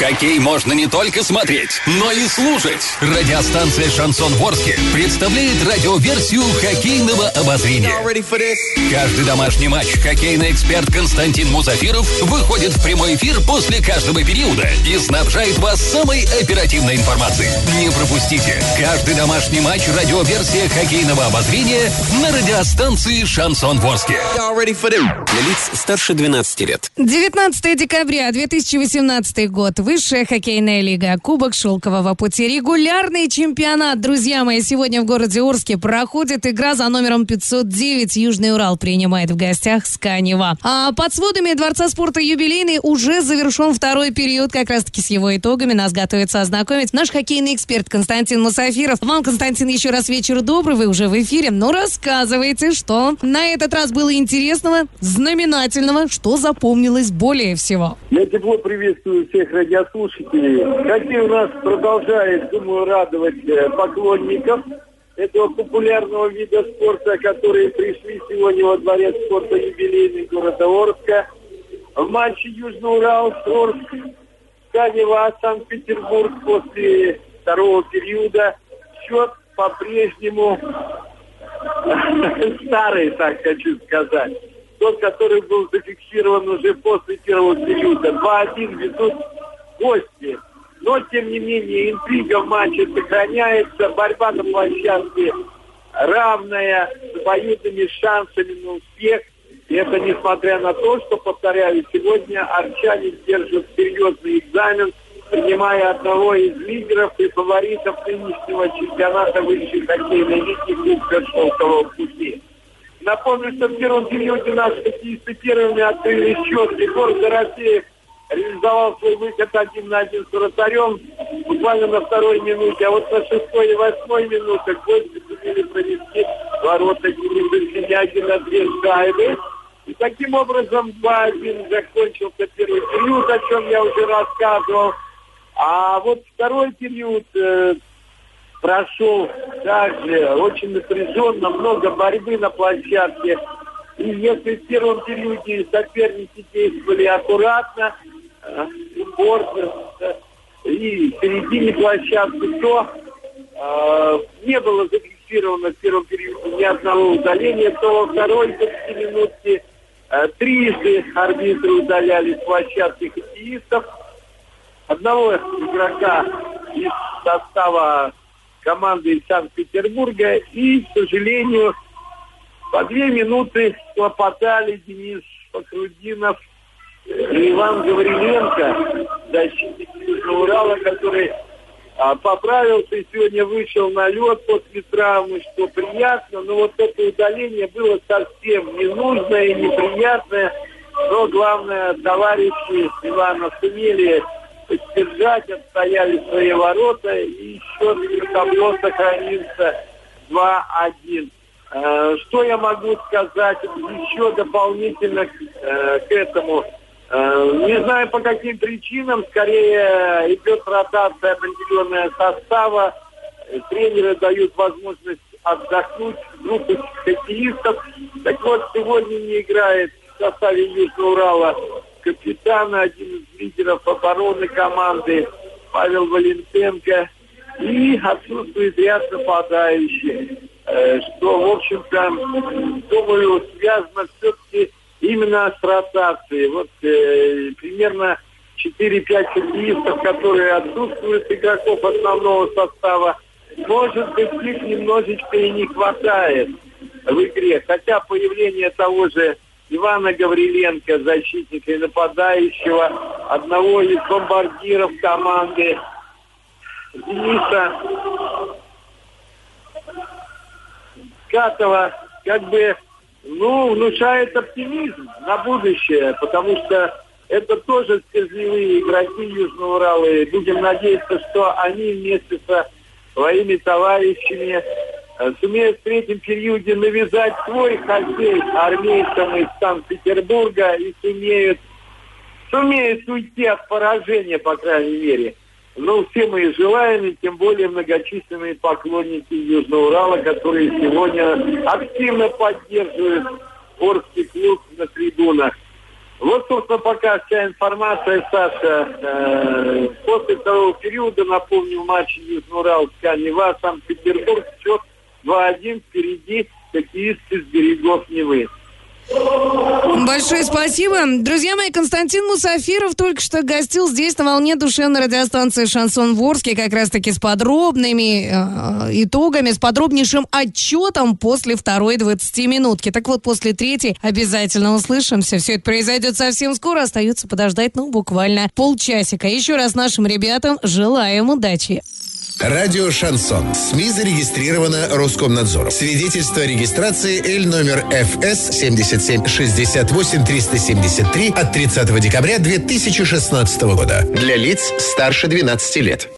Хоккей можно не только смотреть, но и слушать. Радиостанция «Шансон Ворске» представляет радиоверсию хоккейного обозрения. Каждый домашний матч хоккейный эксперт Константин Мусафиров выходит в прямой эфир после каждого периода и снабжает вас самой оперативной информацией. Не пропустите каждый домашний матч радиоверсия хоккейного обозрения на радиостанции «Шансон Ворске». Для лиц старше 12 лет. 19 декабря 2018 год. Высшая хоккейная лига. Кубок Шелкового пути. Регулярный чемпионат. Друзья мои, сегодня в городе Орске проходит игра за номером 509. Южный Урал принимает в гостях СКА Нева. А под сводами Дворца спорта «Юбилейный» уже завершен второй период. Как раз-таки с его итогами нас готовится ознакомить наш хоккейный эксперт Константин Мусафиров. Вам, Константин, еще раз вечер добрый. Вы уже в эфире. Ну, рассказывайте, что на этот раз было интересного, знаменательного, что запомнилось более всего. Я тепло приветствую всех радиослушателей. Хоккей у нас продолжает, думаю, радовать поклонников этого популярного вида спорта, которые пришли сегодня во Дворец спорта «Юбилейный» города Орска. В матче Южный Урал, Орск, СКА Нева, Санкт-Петербург после второго периода. Счет по-прежнему старый, так хочу сказать. Тот, который был зафиксирован уже после первого периода. 2-1 ведут гости. Но, тем не менее, интрига в матче сохраняется. Борьба на площадке равная, с обоюдными шансами на успех. И это несмотря на то, что, повторяю, сегодня арчане держат серьезный экзамен, принимая одного из лидеров и фаворитов нынешнего чемпионата высшей хоккейной лиги Кубка Шелкового пути. Напомню, что в первом периоде наши хоккеисты первыми открыли счет. Егор Дорофеев реализовал свой выход 1-1 с вратарем буквально на второй минуте. А вот на 6-й и 8-й минуте гости сумели провести ворота Денис Синягин на 2 шайбы. И таким образом 2-1 закончился первый период, о чем я уже рассказывал. А вот второй период прошел также очень напряженно, много борьбы на площадке. И если в первом периоде соперники действовали аккуратно, упорно, и в середине площадки, то не было зафиксировано в первом периоде ни одного удаления, то во второй 20-минутке трижды арбитры удаляли с площадки хоккеистов. Одного игрока из состава команды из Санкт-Петербурга, и, к сожалению, по 2 минуты хлопотали Денис Фахрудинов и Иван Гавриленко, защитник Южного Урала, который поправился и сегодня вышел на лед после травмы, что приятно, но вот это удаление было совсем ненужное и неприятное, но главное, товарищи Ивана сумели поддержать, отстояли свои ворота, и счет в табло сохранился 2-1. Что я могу сказать еще дополнительно к этому? Не знаю, по каким причинам, скорее идет ротация определенная состава, тренеры дают возможность отдохнуть группе хоккеистов. Так вот, сегодня не играет в составе Южного Урала капитан, один из лидеров обороны команды Павел Валентенко, и отсутствует ряд нападающих, что, в общем-то, думаю, связано все-таки именно с ротацией. Вот примерно 4-5 хоккеистов, которые отсутствуют, игроков основного состава, может быть, их немножечко и не хватает в игре. Хотя появление того же Ивана Гавриленко, защитника и нападающего, одного из бомбардиров команды, Дениса Катова, как бы, внушает оптимизм на будущее, потому что это тоже стержневые игроки Южного Урала, и будем надеяться, что они вместе со своими товарищами сумеют в третьем периоде навязать свой хоккей армейцам из Санкт-Петербурга и сумеют уйти от поражения, по крайней мере. Все мы и желаем, и тем более многочисленные поклонники Южного Урала, которые сегодня активно поддерживают Орский клуб на трибунах. Вот, собственно, пока вся информация, Саша. После второго периода, напомню, матч Южный Урал, Тканева, Санкт-Петербург, счет 2-1, впереди хоккеисты с берегов Невы. Большое спасибо. Друзья мои, Константин Мусафиров только что гостил здесь на волне душевной радиостанции «Шансон Ворске», как раз-таки с подробными итогами, с подробнейшим отчетом после второй 20-минутки. Так вот, после третьей обязательно услышимся. Все это произойдет совсем скоро. Остается подождать, буквально полчасика. Еще раз нашим ребятам желаем удачи. Радио «Шансон». СМИ зарегистрировано Роскомнадзором. Свидетельство о регистрации Л номер ФС 77-68-373 от 30 декабря 2016 года. Для лиц старше 12 лет.